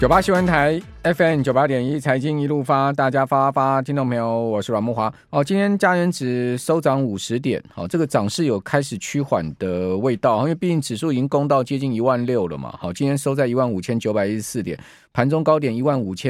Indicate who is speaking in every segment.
Speaker 1: 98新闻台 FM 98.1财经一路发，大家发，听众朋友，我是阮慕骅。今天加权指收涨50点，这个涨势有开始趋缓的味道，因为毕竟指数已经攻到接近16000了嘛。今天收在15914点，盘中高点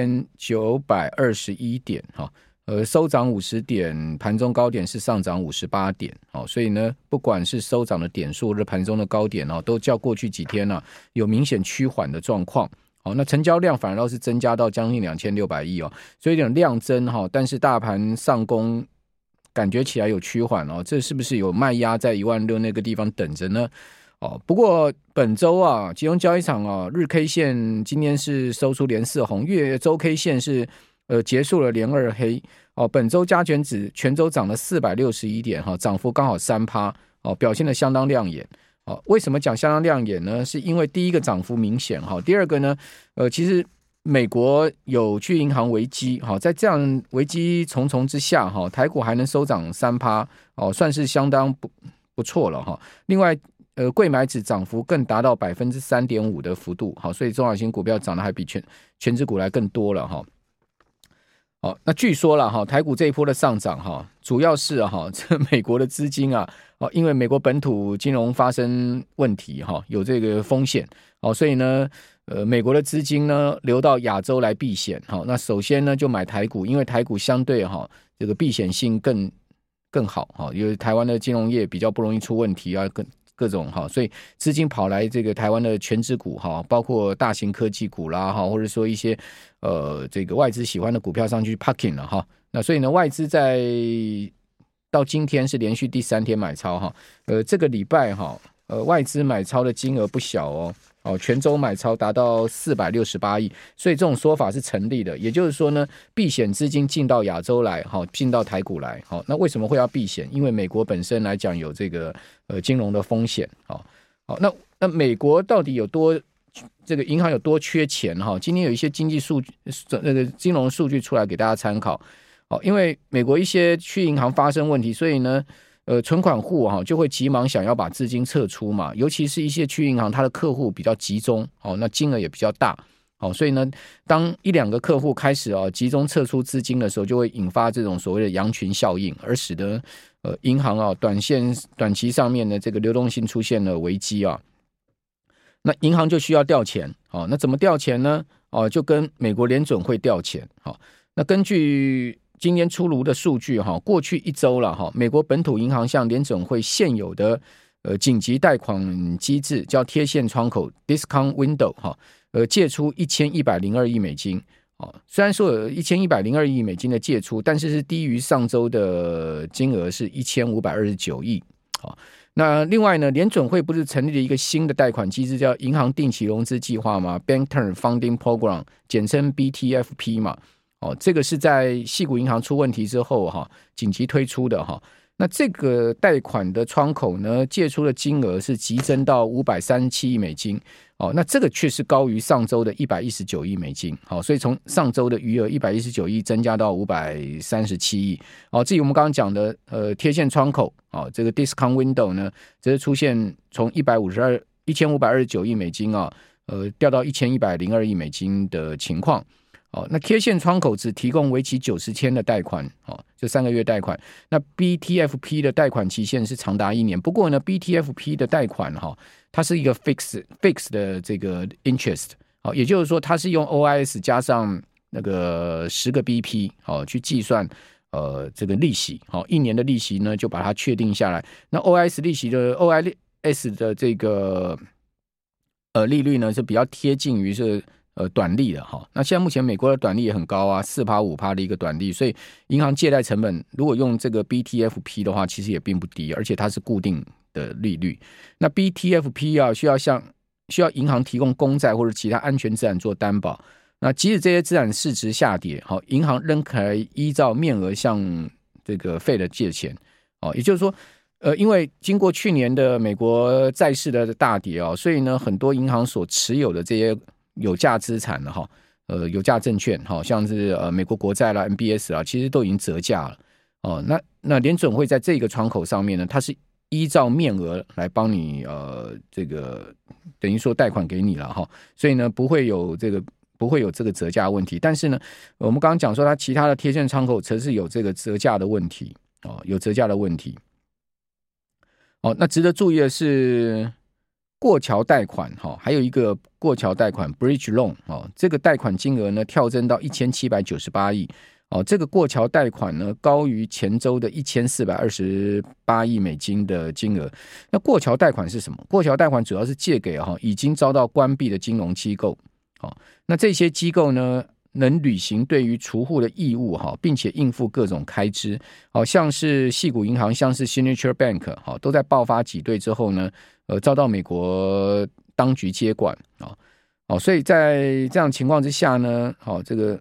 Speaker 1: 15921点，收涨50点，盘中高点是上涨58点，所以呢，不管是收涨的点数或者盘中的高点，都较过去几天有明显趋缓的状况。那成交量反而倒是增加到将近2600亿所以有点量增但是大盘上攻感觉起来有趋缓这是不是有卖压在16000那个地方等着呢？不过本周集中交易场日 K 线今天是收出连4红，月周 K 线是结束了连2黑本周加权指全周涨了461点涨幅刚好 3%表现得相当亮眼。为什么讲相当亮眼呢？是因为第一个涨幅明显第二个呢其实美国有去银行危机在这样危机重重之下台股还能收涨 3% 算是相当不错了另外柜买指涨幅更达到 3.5% 的幅度所以中小型股票涨得还比全指股来更多了那据说啦台股这一波的上涨主要是这美国的资金因为美国本土金融发生问题有这个风险所以呢美国的资金呢流到亚洲来避险那首先呢就买台股，因为台股相对这个避险性更好因为台湾的金融业比较不容易出问题各种所以资金跑来这个台湾的全指股包括大型科技股啦或者说一些这个外资喜欢的股票上去 parking 了那所以呢外资到今天是连续第3天买超这个礼拜外资买超的金额不小全周买超达到468亿，所以这种说法是成立的。也就是说呢，避险资金进到亚洲来进到台股来那为什么会要避险？因为美国本身来讲有这个金融的风险那美国到底有多这个银行有多缺钱今天有一些经济数据那个金融数据出来给大家参考因为美国一些区银行发生问题，所以呢存款户就会急忙想要把资金撤出嘛，尤其是一些区银行它的客户比较集中那金额也比较大所以呢当1-2个客户开始集中撤出资金的时候，就会引发这种所谓的羊群效应，而使得银行短期上面的这个流动性出现了危机那银行就需要调钱那怎么调钱呢就跟美国联准会调钱那根据今天出炉的数据过去1周了美国本土银行向联准会现有的紧急贷款机制叫贴现窗口 discount window 借出1102亿美金虽然说有1102亿美金的借出，但是低于上周的金额是1529亿那另外呢，联准会不是成立了一个新的贷款机制叫银行定期融资计划吗？ Bank Term Funding Program 简称 BTFP 嘛这个是在矽谷银行出问题之后紧急推出的那这个贷款的窗口呢，借出的金额是急增到537亿美金那这个却是高于上周的119亿美金所以从上周的余额119亿增加到537亿至于我们刚刚讲的贴现窗口这个 discount window 呢，则是出现从1529亿美金掉到1102亿美金的情况那贴现窗口只提供为期90天的贷款就3个月贷款。那 BTFP 的贷款期限是长达1年，不过呢 BTFP 的贷款它是一个 fix 的这个 interest 也就是说它是用 OIS 加上那个10个 BP 去计算这个利息1年的利息呢就把它确定下来。那 OIS 的这个利率呢是比较贴近于是短利的那现在目前美国的短利也很高4%、5% 的一个短利，所以银行借贷成本如果用这个 BTFP 的话，其实也并不低，而且它是固定的利率。那 BTFP 需要银行提供公债或者其他安全资产做担保。那即使这些资产市值下跌银行仍可以依照面额向这个Fed借钱也就是说因为经过去年的美国债市的大跌所以呢很多银行所持有的这些有价资产有价证券像是美国国债啦 MBS 啦，其实都已经折价了那联准会在这个窗口上面呢，它是依照面额来帮你这个等于说贷款给你了所以呢不会有这个不会有这个折价问题。但是呢，我们刚刚讲说它其他的贴现窗口则是有这个折价的问题有折价的问题。那值得注意的是过桥贷款还有一个过桥贷款 Bridge Loan 这个贷款金额呢跳增到1798亿这个过桥贷款呢高于前周的1428亿美金的金额。那过桥贷款是什么？过桥贷款主要是借给已经遭到关闭的金融机构那这些机构呢能履行对于储户的义务并且应付各种开支像是矽谷银行，像是 Signature Bank 都在爆发挤兑之后呢遭到美国当局接管所以在这样情况之下呢这个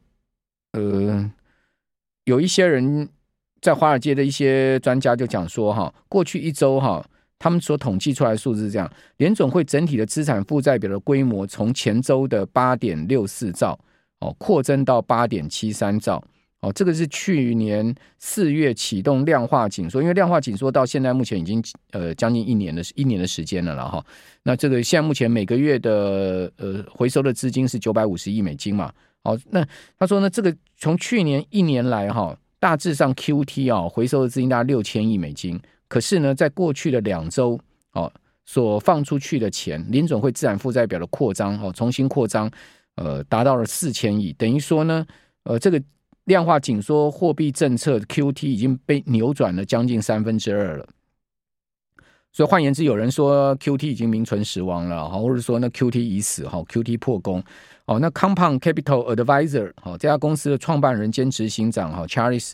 Speaker 1: 有一些人在华尔街的一些专家就讲说过去一周他们所统计出来的数字是这样，联准会整体的资产负债表的规模从前周的 8.64 兆扩增到 8.73 兆这个是去年4月启动量化紧缩，因为量化紧缩到现在目前已经将近一年的时间了啦那这个现在目前每个月的回收的资金是950亿美金嘛那他说呢，这个从去年一年来大致上 QT 回收的资金大概6000亿美金，可是呢在过去的2周所放出去的钱，联准会资产负债表的扩张重新扩张达到了4000亿，等于说呢这个量化紧缩货币政策 QT 已经被扭转了将近2/3了。所以换言之，有人说 QT 已经名存实亡了或者说呢 QT 已死QT 破功那 Compound Capital Advisor 这家公司的创办人兼执行长Charles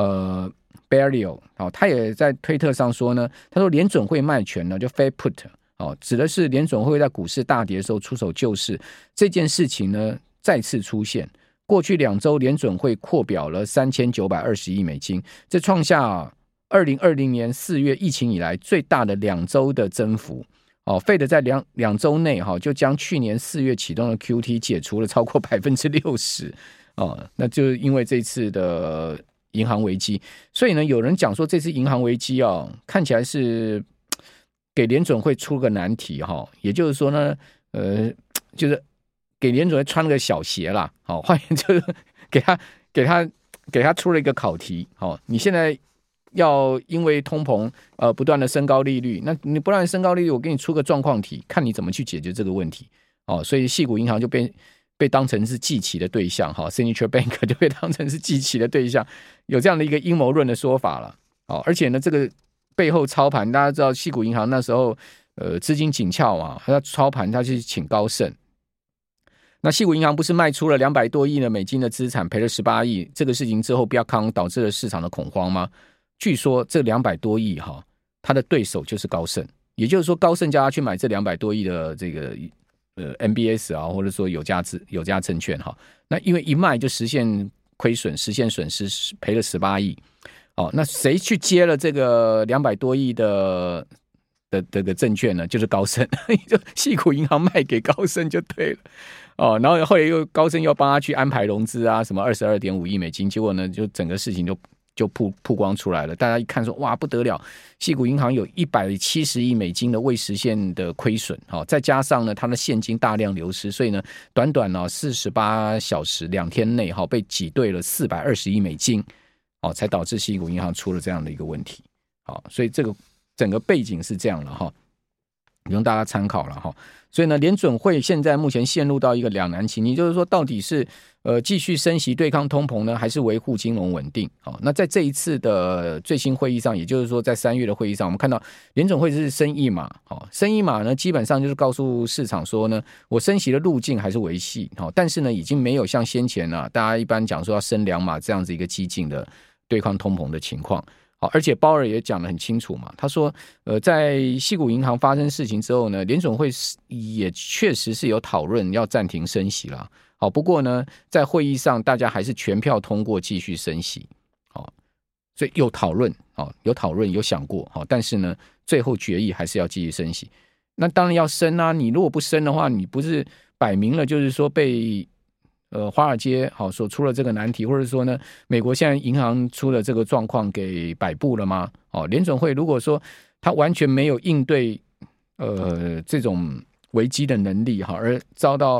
Speaker 1: Barrio 他也在推特上说呢，他说联准会卖权呢就 Fed Put指的是联准会在股市大跌的时候出手救市这件事情呢再次出现。过去2周联准会扩表了3920亿美金，这创下2020年4月疫情以来最大的2周的增幅Fed 在两周内就将去年4月启动的 QT 解除了超过 60% 那就是因为这次的银行危机。所以呢有人讲说这次银行危机看起来是给联准会出个难题也就是说呢就是给联准会穿了个小鞋啦换言之给他出了一个考题你现在要因为通膨不断的升高利率，那你不断的升高利率，我给你出个状况题，看你怎么去解决这个问题所以矽谷银行就被当成是祭旗的对象Signature Bank 就被当成是祭旗的对象，有这样的一个阴谋论的说法了而且呢这个背后操盘，大家知道矽谷银行那时候资金紧俏嘛，他操盘他去请高盛，那矽谷银行不是卖出了200多亿的美金的资产，赔了18亿，这个事情之后不要康导致了市场的恐慌吗？据说这200多亿他的对手就是高盛，也就是说高盛叫他去买这200多亿的这个MBS 或者说有价证券那因为一卖就实现亏损，实现损失，赔了18亿那谁去接了这个200多亿的这个证券呢？就是高盛就矽谷银行卖给高盛就对了然后后来高盛又帮他去安排融资什么22.5亿美金，结果呢就整个事情就曝光出来了，大家一看说哇不得了，矽谷银行有170亿美金的未实现的亏损再加上呢它的现金大量流失，所以呢短48小时2天内被挤兑了420亿美金才导致矽谷银行出了这样的一个问题所以这个整个背景是这样了用大家参考了所以呢联准会现在目前陷入到一个两难情境，就是说到底是继续升息对抗通膨呢，还是维护金融稳定那在这一次的最新会议上，也就是说在3月的会议上，我们看到联准会是升一码升一码呢基本上就是告诉市场说呢，我升息的路径还是维系但是呢已经没有像先前大家一般讲说要升2码这样子一个激进的对抗通膨的情况而且鲍尔也讲得很清楚嘛，他说在矽谷银行发生事情之后呢，联准会也确实是有讨论要暂停升息啦不过呢在会议上大家还是全票通过继续升息所以有讨论有想过但是呢最后决议还是要继续升息。那当然要升你如果不升的话，你不是摆明了就是说被华尔街所出了这个难题，或者说呢美国现在银行出了这个状况给摆布了吗联准会如果说他完全没有应对这种危机的能力而遭到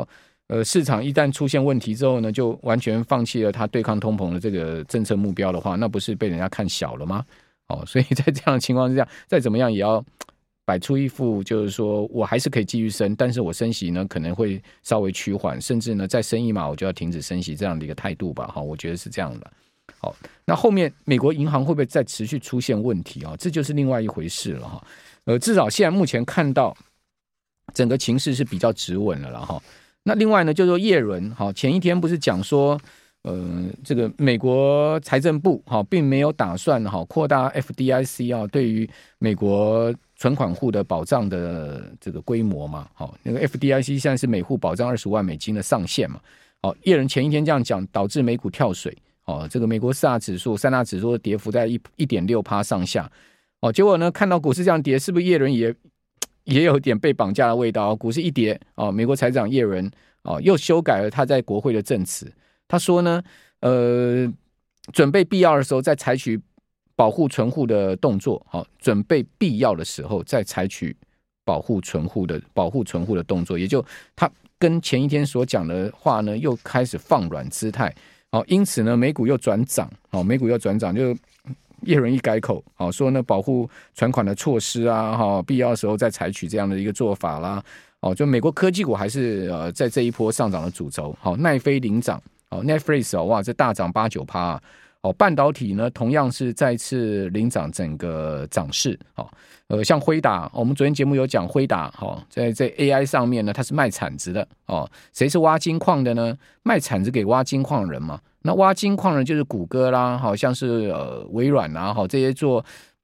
Speaker 1: 市场一旦出现问题之后呢，就完全放弃了它对抗通膨的这个政策目标的话，那不是被人家看小了吗？所以在这样的情况之下，再怎么样也要摆出一副就是说我还是可以继续升，但是我升息呢可能会稍微趋缓，甚至呢再升一码我就要停止升息这样的一个态度吧。我觉得是这样的。好，那后面美国银行会不会再持续出现问题啊？这就是另外一回事了哈。至少现在目前看到整个情势是比较止稳了哈。那另外呢，就是说叶伦前一天不是讲说，这个美国财政部并没有打算扩大 FDIC 对于美国存款户的保障的这个规模嘛。那个 FDIC 现在是每户保障$20万的上限嘛。叶伦前一天这样讲，导致美股跳水。这个美国三大指数的跌幅在 1.6% 上下。结果呢，看到股市这样跌，是不是叶伦也有点被绑架的味道？股市一跌，美国财长叶伦又修改了他在国会的证词。他说呢，准备必要的时候再采取保护存户的动作，准备必要的时候再采取保护存户的动作，也就他跟前一天所讲的话呢，又开始放软姿态。因此呢，美股又转涨，就叶伦一改口，说呢保护存款的措施啊，必要的时候再采取这样的一个做法啦。就美国科技股还是在这一波上涨的主轴。奈飞领涨，Netflix 哇，这大涨8-9%。半导体呢同样是再次领涨整个涨势。像辉达，我们昨天节目有讲辉达，在 AI 上面呢，它是卖铲子的。谁是挖金矿的呢？卖铲子给挖金矿人嘛。那挖金矿人就是谷歌啦，好像是微软啊，这些做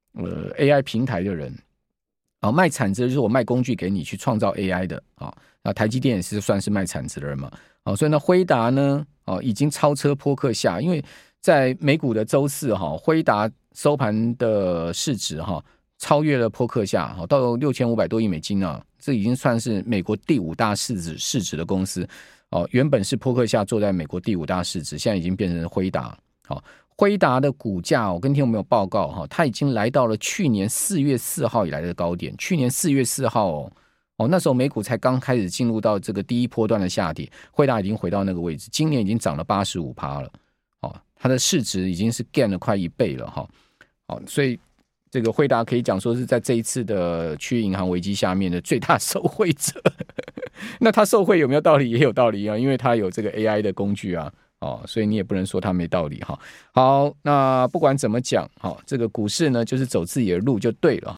Speaker 1: AI 平台的人。卖铲子就是我卖工具给你去创造 AI 的。那台积电也是算是卖铲子的人嘛。所以呢，辉达呢已经超车波克夏，因为在美股的周四辉达收盘的市值超越了波克夏，到$6500多亿这已经算是美国第5大市值的公司。原本是波克夏坐在美国第5大市值，现在已经变成辉达。辉达的股价我跟听众朋友报告，它已经来到了去年4月4号以来的高点。去年4月4号那时候美股才刚开始进入到这个第一波段的下跌，辉达已经回到那个位置，今年已经涨了 85% 了。它的市值已经是 gain 了快1倍了。所以这个辉达可以讲说是在这一次的区域银行危机下面的最大受惠者。那他受惠有没有道理？也有道理啊，因为他有这个 AI 的工具啊。所以你也不能说他没道理。好，那不管怎么讲，这个股市呢就是走自己的路就对了。